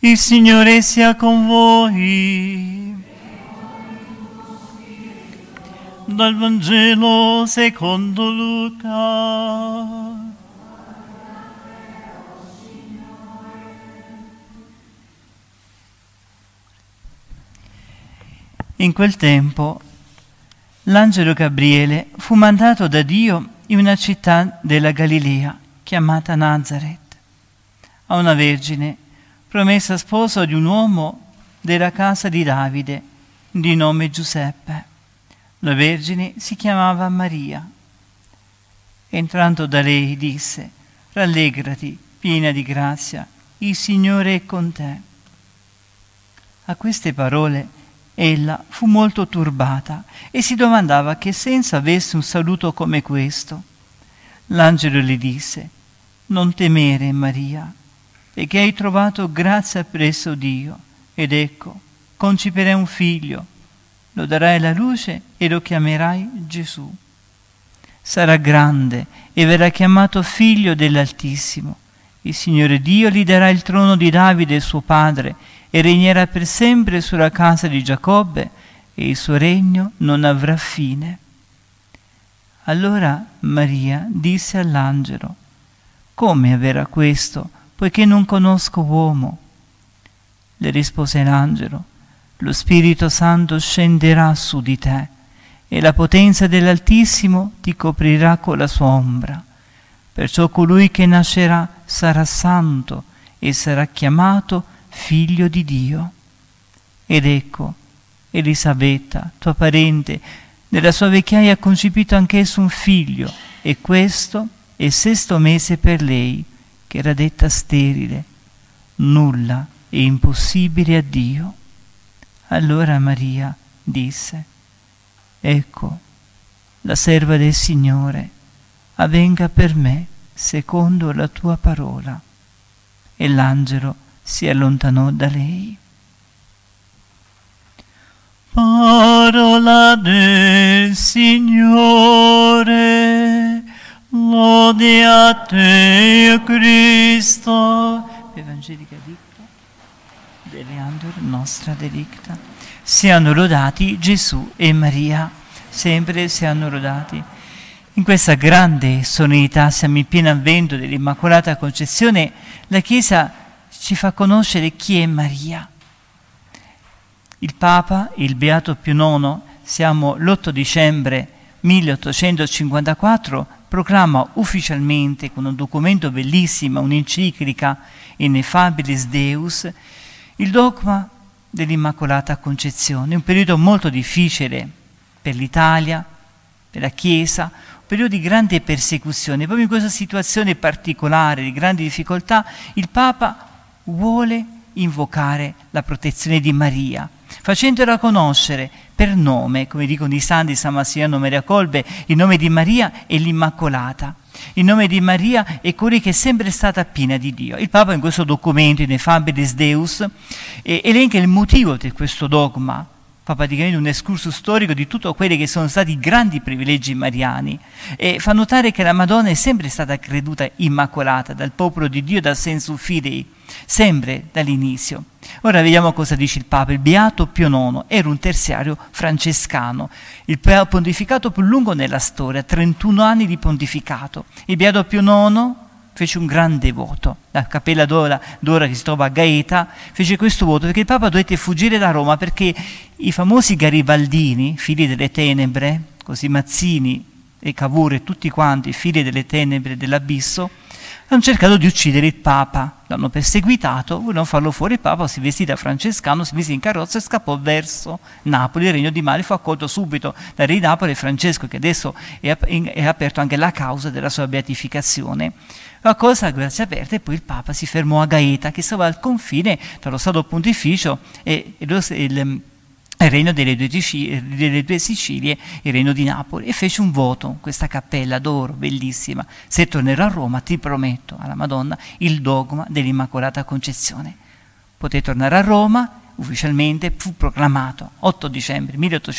Il Signore sia con voi. Dal Vangelo secondo Luca. In quel tempo l'angelo Gabriele fu mandato da Dio in una città della Galilea chiamata Nazaret, a una vergine promessa sposa di un uomo della casa di Davide, di nome Giuseppe. La vergine si chiamava Maria. Entrando da lei disse: «Rallegrati, piena di grazia, il Signore è con te». A queste parole ella fu molto turbata e si domandava che senso avesse un saluto come questo. L'angelo le disse: «Non temere, Maria, perché hai trovato grazia presso Dio, ed ecco, conciperai un figlio, lo darai alla luce e lo chiamerai Gesù. Sarà grande e verrà chiamato figlio dell'Altissimo. Il Signore Dio gli darà il trono di Davide suo padre e regnerà per sempre sulla casa di Giacobbe e il suo regno non avrà fine». Allora Maria disse all'angelo: «Come avverrà questo, poiché non conosco uomo?» Le rispose l'angelo: «Lo Spirito Santo scenderà su di te e la potenza dell'Altissimo ti coprirà con la sua ombra. Perciò colui che nascerà sarà santo e sarà chiamato figlio di Dio. Ed ecco, Elisabetta, tua parente, nella sua vecchiaia ha concepito anch'essa un figlio, e questo è il 6° mese per lei, che era detta sterile. Nulla è impossibile a Dio». Allora Maria disse: «Ecco, la serva del Signore, avvenga per me secondo la tua parola». E l'angelo si allontanò da lei. Parola del Signore, lode a te, Cristo. Evangelica dicta, deleandor nostra delicta. Siano lodati Gesù e Maria, sempre siano lodati. In questa grande solennità, siamo in pieno avvento dell'Immacolata Concezione, la Chiesa ci fa conoscere chi è Maria. Il Papa, il Beato Pio IX, siamo l'8 dicembre 1854, proclama ufficialmente con un documento bellissimo, un'enciclica Ineffabilis Deus, il dogma dell'Immacolata Concezione. Un periodo molto difficile per l'Italia, per la Chiesa, un periodo di grande persecuzione. Proprio in questa situazione particolare di grandi difficoltà, il Papa vuole invocare la protezione di Maria, facendola conoscere per nome, come dicono i santi di San Massimiliano Maria Colbe, il nome di Maria è l'Immacolata. Il nome di Maria è colei che è sempre stata piena di Dio. Il Papa in questo documento, Ineffabilis Deus, elenca il motivo di questo dogma, fa praticamente un excursus storico di tutti quelli che sono stati i grandi privilegi mariani, e fa notare che la Madonna è sempre stata creduta immacolata dal popolo di Dio, dal sensu fidei, sempre dall'inizio. Ora vediamo cosa dice il Papa. Il Beato Pio IX era un terziario francescano, il pontificato più lungo nella storia, 31 anni di pontificato. Il Beato Pio IX fece un grande voto. La Cappella d'Ora che si trova a Gaeta fece questo voto perché il Papa dovette fuggire da Roma, perché i famosi garibaldini, figli delle tenebre, così Mazzini e Cavour e tutti quanti, figli delle tenebre dell'abisso, hanno cercato di uccidere il Papa, l'hanno perseguitato, volevano farlo fuori. Il Papa si vestì da francescano, si mise in carrozza e scappò verso Napoli. Il regno di mare fu accolto subito dal re di Napoli, Francesco, che adesso è aperto anche la causa della sua beatificazione. La cosa grazie aperte, e poi il Papa si fermò a Gaeta, che stava al confine tra lo Stato Pontificio e il regno delle due Sicilie, il regno di Napoli, e fece un voto, questa cappella d'oro bellissima: se tornerò a Roma ti prometto alla Madonna il dogma dell'Immacolata Concezione. Poté tornare a Roma, ufficialmente fu proclamato 8 dicembre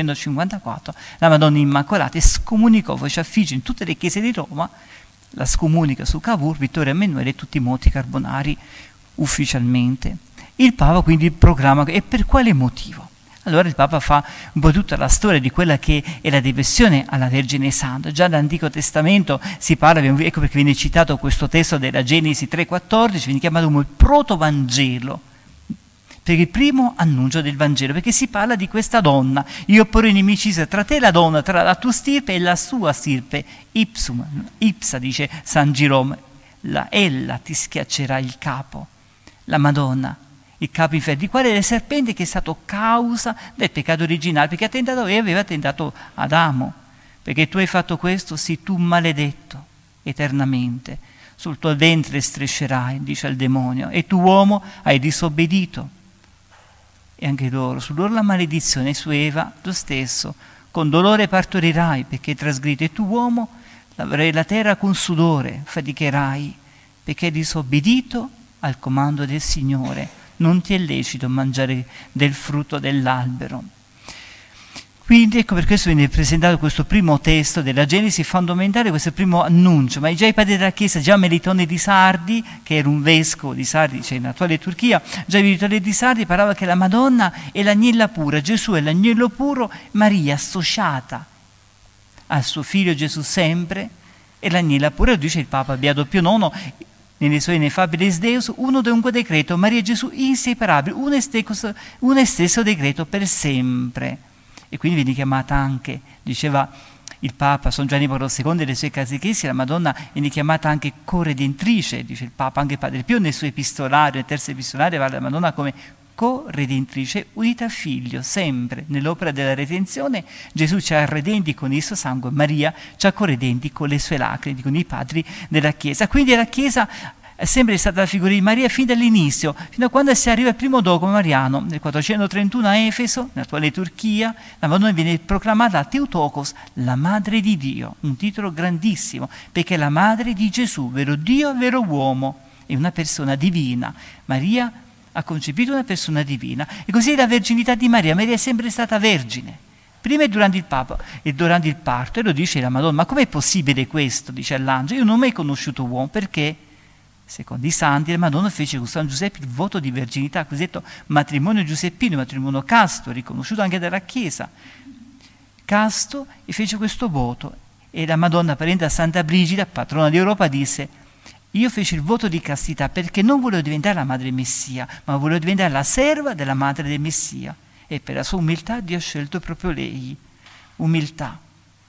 1854 la Madonna Immacolata, e scomunicò, fece affiggere in tutte le chiese di Roma la scomunica su Cavour, Vittorio Emanuele e tutti i moti carbonari ufficialmente. Il Papa quindi proclama, e per quale motivo? Allora il Papa fa un po' tutta la storia di quella che è la devozione alla Vergine Santa. Già dall'Antico Testamento si parla, ecco perché viene citato questo testo della Genesi 3,14, viene chiamato come il protovangelo, perché il primo annuncio del Vangelo, perché si parla di questa donna. Io porrò inimicizia tra te e la donna, tra la tua stirpe e la sua stirpe, ipsa, dice San Girolamo, ella ti schiaccerà il capo, la Madonna, il capo inferno, di quale è il serpente che è stato causa del peccato originale, perché ha tentato e aveva tentato Adamo. Perché tu hai fatto questo, sì, tu maledetto eternamente, sul tuo ventre striscerai, dice il demonio, e tu uomo hai disobbedito. E anche loro, su loro la maledizione, su Eva lo stesso, con dolore partorirai perché hai trasgredito, e tu uomo lavorerai la terra con sudore, faticherai, perché hai disobbedito al comando del Signore. Non ti è lecito mangiare del frutto dell'albero. Quindi ecco per questo viene presentato questo primo testo della Genesi fondamentale, questo primo annuncio. Ma già i padri della Chiesa, già Melitone di Sardi, che era un vescovo di Sardi, cioè in attuale Turchia, già Melitone di Sardi parlava che la Madonna è l'agnella pura, Gesù è l'agnello puro, Maria associata al suo figlio Gesù sempre è l'agnella pura. Lo dice il Papa Beato Pio IX, nelle sue Ineffabilis Deus, uno dunque decreto, Maria e Gesù inseparabili, uno e stesso decreto per sempre. E quindi viene chiamata anche, diceva il Papa San Giovanni Paolo II nelle sue catechesi, la Madonna viene chiamata anche corredentrice, dice il Papa, anche Padre Pio nel suo epistolario, nel terzo epistolario, parla della Madonna come co-redentrice, unita al Figlio, sempre nell'opera della redenzione. Gesù ci ha redenti con il suo sangue, Maria ci ha corredenti con le sue lacrime, con i padri della Chiesa. Quindi la Chiesa è sempre stata la figura di Maria fin dall'inizio, fino a quando si arriva al primo dogma mariano. Nel 431 a Efeso, nell'attuale Turchia, la Madonna viene proclamata Theotokos, la Madre di Dio, un titolo grandissimo, perché è la Madre di Gesù, vero Dio, vero uomo, è una persona divina. Maria ha concepito una persona divina, e così la verginità di Maria. Maria è sempre stata vergine, prima e durante il parto, e lo dice la Madonna. Ma com'è possibile questo? Dice all'angelo, io non ho mai conosciuto uomo, perché secondo i santi la Madonna fece con San Giuseppe il voto di verginità, cosiddetto matrimonio giuseppino, matrimonio casto, riconosciuto anche dalla Chiesa, casto, e fece questo voto. E la Madonna, parente a Santa Brigida, patrona d'Europa, disse: io feci il voto di castità perché non volevo diventare la madre del Messia, ma volevo diventare la serva della madre del Messia. E per la sua umiltà Dio ha scelto proprio lei. Umiltà.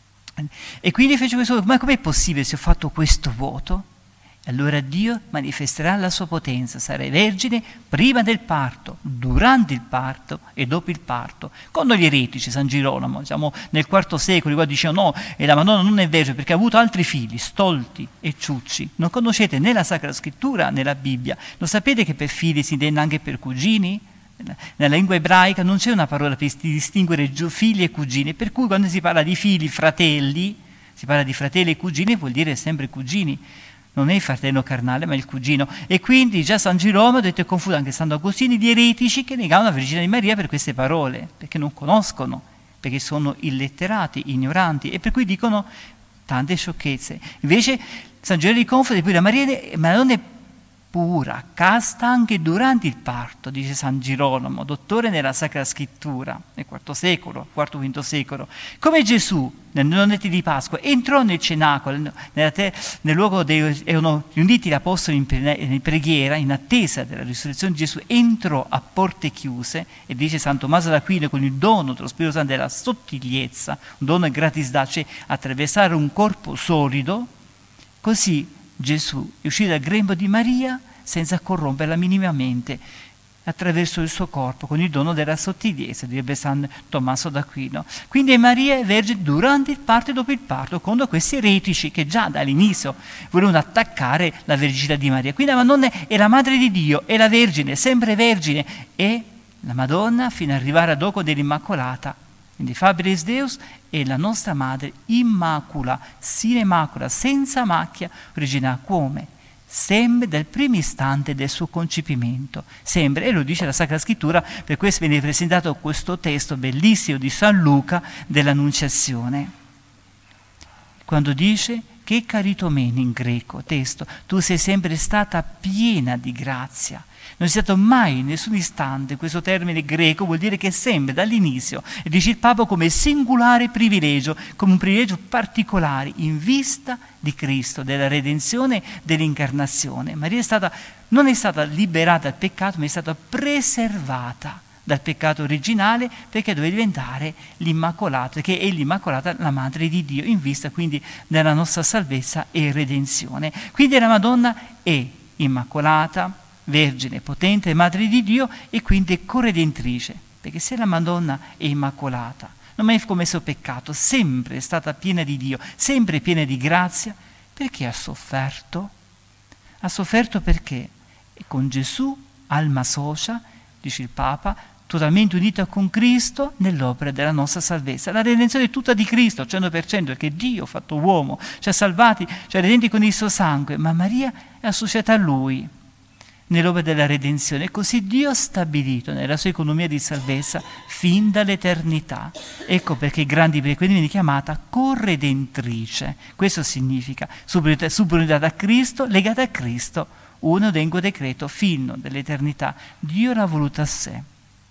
E quindi fece questo voto. Ma com'è possibile se ho fatto questo voto? Allora Dio manifesterà la sua potenza, sarai vergine prima del parto, durante il parto e dopo il parto. Quando gli eretici, San Girolamo, siamo nel IV secolo, qua dicevano no, e la Madonna non è vergine perché ha avuto altri figli, stolti e ciucci. Non conoscete né la Sacra Scrittura né la Bibbia. Non sapete che per figli si intende anche per cugini? Nella lingua ebraica non c'è una parola per distinguere figli e cugini, per cui quando si parla di figli, fratelli, si parla di fratelli e cugini, vuol dire sempre cugini. Non è il fratello carnale, ma il cugino. E quindi già San Girolamo ha detto, e confuso anche Santo Agostino, di eretici che negavano la Vergine di Maria per queste parole, perché non conoscono, perché sono illetterati, ignoranti, e per cui dicono tante sciocchezze. Invece San Girolamo li confonde, poi la Madonna è pura, casta anche durante il parto, dice San Girolamo, dottore nella Sacra Scrittura, nel IV secolo, IV-V secolo. Come Gesù, nel notte di Pasqua, entrò nel cenacolo, nel luogo dove erano riuniti gli apostoli in preghiera, in attesa della risurrezione di Gesù, entrò a porte chiuse, e dice San Tommaso d'Aquino, con il dono dello Spirito Santo della sottigliezza, un dono gratis da, cioè attraversare un corpo solido, così Gesù è uscito dal grembo di Maria senza corromperla minimamente attraverso il suo corpo, con il dono della sottigliezza, direbbe San Tommaso d'Aquino. Quindi Maria è vergine durante il parto e dopo il parto, contro questi eretici che già dall'inizio volevano attaccare la verginità di Maria. Quindi la Madonna è la Madre di Dio, è la Vergine, sempre vergine, e la Madonna fino ad arrivare ad Oco dell'Immacolata. Quindi Fabilis Deus è la nostra Madre immacula, sine macula, senza macchia, origina come? Sempre dal primo istante del suo concepimento, sempre, e lo dice la Sacra Scrittura, per questo viene presentato questo testo bellissimo di San Luca dell'Annunciazione, quando dice che caritomene in greco, testo, tu sei sempre stata piena di grazia. Non è stato mai in nessun istante, questo termine greco vuol dire che sempre, dall'inizio, e dice il Papa come singolare privilegio, come un privilegio particolare in vista di Cristo, della redenzione, dell'incarnazione. Maria non è stata liberata dal peccato, ma è stata preservata dal peccato originale, perché doveva diventare l'Immacolata, perché è l'Immacolata la Madre di Dio, in vista quindi della nostra salvezza e redenzione. Quindi la Madonna è Immacolata, Vergine, potente, Madre di Dio, e quindi è corredentrice, perché se la Madonna è Immacolata, non ha mai commesso peccato, sempre è stata piena di Dio, sempre piena di grazia, perché ha sofferto? Ha sofferto perché con Gesù, alma socia, dice il Papa, totalmente unita con Cristo nell'opera della nostra salvezza. La redenzione è tutta di Cristo, al 100%, perché Dio, fatto uomo, ci ha salvati, ci ha redenti con il suo sangue, ma Maria è associata a Lui nell'opera della redenzione. E così Dio ha stabilito nella sua economia di salvezza fin dall'eternità. Ecco perché grandi perché viene chiamata corredentrice. Questo significa subordinata a Cristo, legata a Cristo, uno dengo decreto fino dell'eternità. Dio l'ha voluta a sé.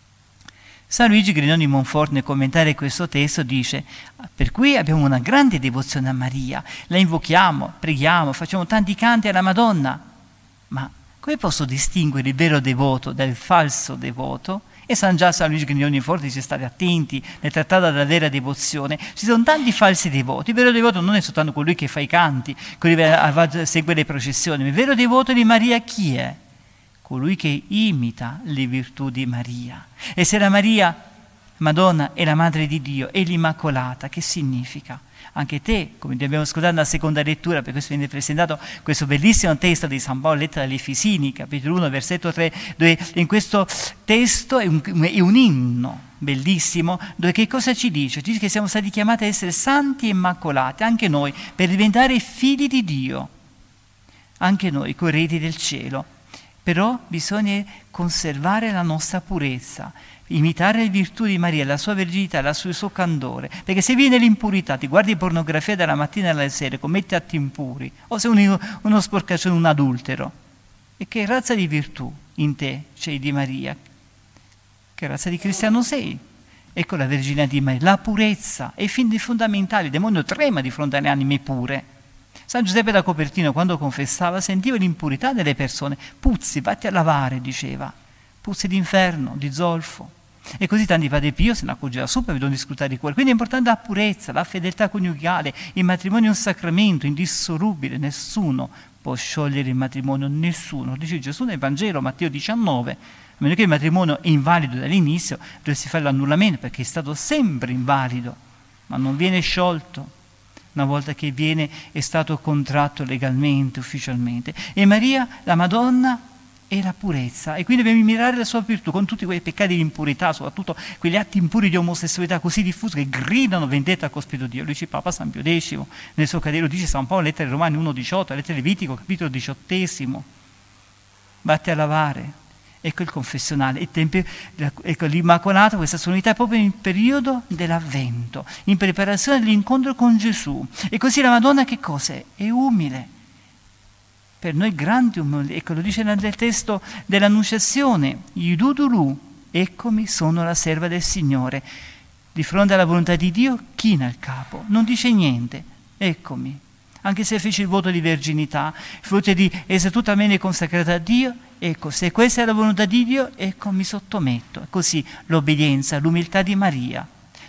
San Luigi Grinoni Monfort, nel commentare questo testo, dice: per cui abbiamo una grande devozione a Maria, la invochiamo, preghiamo, facciamo tanti canti alla Madonna, ma come posso distinguere il vero devoto dal falso devoto? E San Luigi Grinoni Monfort dice: state attenti nel trattato della vera devozione, ci sono tanti falsi devoti. Il vero devoto non è soltanto colui che fa i canti, colui che segue le processioni, ma il vero devoto di Maria chi è? Colui che imita le virtù di Maria. E se la Maria, Madonna, è la Madre di Dio, è l'Immacolata, che significa? Anche te, come abbiamo ascoltato nella seconda lettura, per questo viene presentato questo bellissimo testo di San Paolo, lettera agli Efesini, capitolo 1, versetto 3, dove in questo testo è un inno bellissimo, dove che cosa ci dice? Ci dice che siamo stati chiamati a essere santi e immacolati, anche noi, per diventare figli di Dio, anche noi, coerenti del cielo. Però bisogna conservare la nostra purezza, imitare le virtù di Maria, la sua verginità, il suo candore, perché se viene l'impurità, ti guardi pornografia dalla mattina alla sera, commetti atti impuri, o sei uno sporcaccione, un adultero, e che razza di virtù in te c'è di Maria? Che razza di cristiano sei? Ecco la verginità di Maria, la purezza è fondamentale, il demonio trema di fronte alle anime pure. San Giuseppe da Copertino, quando confessava, sentiva l'impurità delle persone. Puzzi, vatti a lavare, diceva. Puzzi d'inferno, di zolfo. E così tanti Padre Pio se ne accorgeva subito, vedono scrutare il cuore. Quindi è importante la purezza, la fedeltà coniugale. Il matrimonio è un sacramento indissolubile. Nessuno può sciogliere il matrimonio, nessuno. Lo dice Gesù nel Vangelo, Matteo 19. A meno che il matrimonio è invalido dall'inizio, dovresti fare l'annullamento, perché è stato sempre invalido, ma non viene sciolto una volta che è stato contratto legalmente, ufficialmente. E Maria, la Madonna, è la purezza, e quindi dobbiamo mirare la sua virtù con tutti quei peccati di impurità, soprattutto quegli atti impuri di omosessualità così diffusi che gridano vendetta a cospito Dio. Lo dice Papa San Pio X nel suo Catechismo, lo dice San Paolo, lettere ai Romani 1,18, lettere Levitico, capitolo 18. Vatti a lavare. Ecco il confessionale, ecco l'Immacolata, questa solennità è proprio in periodo dell'Avvento, in preparazione dell'incontro con Gesù. E così la Madonna che cos'è? È umile. Per noi grandi umili, ecco lo dice nel testo dell'Annunciazione, Idudulu, eccomi sono la serva del Signore. Di fronte alla volontà di Dio, china il capo, non dice niente, eccomi. Anche se fece il voto di verginità, il voto di essere totalmente consacrata a Dio, ecco, se questa è la volontà di Dio, ecco, mi sottometto. Così l'obbedienza, l'umiltà di Maria.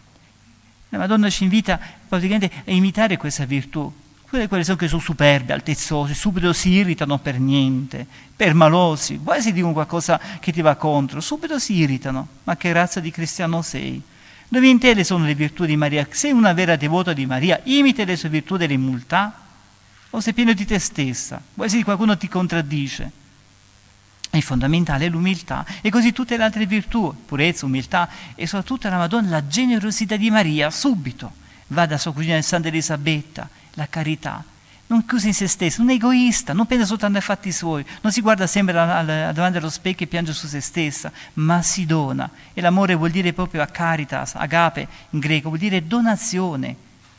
La Madonna ci invita praticamente a imitare questa virtù. Quelle sono che sono superbe, altezzosi, subito si irritano per niente, permalosi, quasi dicono qualcosa che ti va contro, subito si irritano. Ma che razza di cristiano sei? Dove in te le sono le virtù di Maria? Sei una vera devota di Maria? Imiti le sue virtù dell'umiltà? O sei pieno di te stessa? Quasi qualcuno ti contraddice. È fondamentale l'umiltà. E così tutte le altre virtù, purezza, umiltà, e soprattutto la Madonna, la generosità di Maria, subito. Va da sua cugina Santa Elisabetta, la carità. Non chiusa in se stessa, un egoista, non pensa soltanto ai fatti suoi, non si guarda sempre davanti allo specchio e piange su se stessa, ma si dona. E l'amore vuol dire proprio caritas, agape in greco, vuol dire donazione.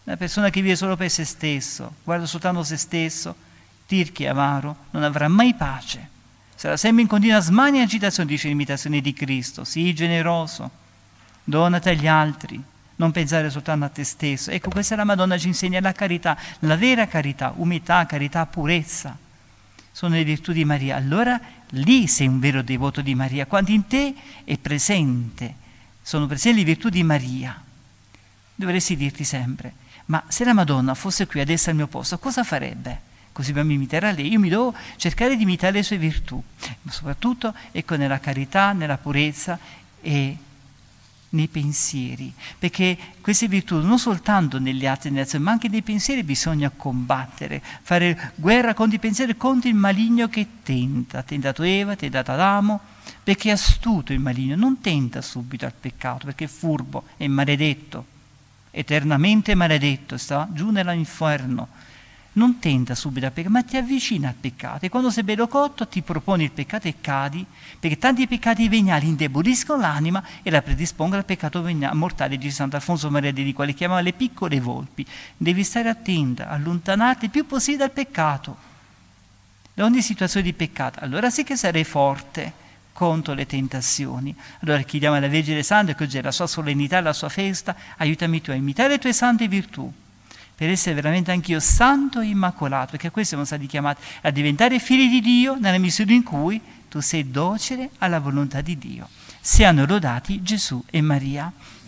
Una persona che vive solo per se stesso, guarda soltanto se stesso, tirchio e avaro, non avrà mai pace. Sarà sempre in continua smania e agitazione, dice l'imitazione di Cristo. Sii generoso, donati agli altri, non pensare soltanto a te stesso. Ecco, questa la Madonna ci insegna la carità, la vera carità, umiltà, carità, purezza. Sono le virtù di Maria. Allora lì sei un vero devoto di Maria, quando in te è presente, sono presenti le virtù di Maria. Dovresti dirti sempre, ma se la Madonna fosse qui adesso al mio posto, cosa farebbe? Così dobbiamo imitare a lei. Io mi devo cercare di imitare le sue virtù, ma soprattutto ecco, nella carità, nella purezza e nei pensieri, perché queste virtù non soltanto negli atti e nelle azioni, ma anche nei pensieri bisogna combattere, fare guerra contro i pensieri, contro il maligno che tenta. Ha tentato Eva, ha tentato Adamo, perché è astuto il maligno, non tenta subito al peccato, perché è furbo, è maledetto, eternamente maledetto, sta giù nell'inferno. Non tenta subito al peccato, ma ti avvicina al peccato e quando sei bello cotto ti proponi il peccato e cadi, perché tanti peccati veniali indeboliscono l'anima e la predispongono al peccato mortale, dice Sant'Alfonso Maria di Liqua, le chiamava le piccole volpi. Devi stare attenta, allontanarti il più possibile dal peccato, da ogni situazione di peccato. Allora sì che sarai forte contro le tentazioni. Allora chiediamo alla Vergine Santa, che oggi è la sua solennità, la sua festa, aiutami tu a imitare le tue sante virtù, per essere veramente anch'io santo e immacolato, perché a questo siamo stati chiamati a diventare figli di Dio nella misura in cui tu sei docile alla volontà di Dio. Siano lodati Gesù e Maria.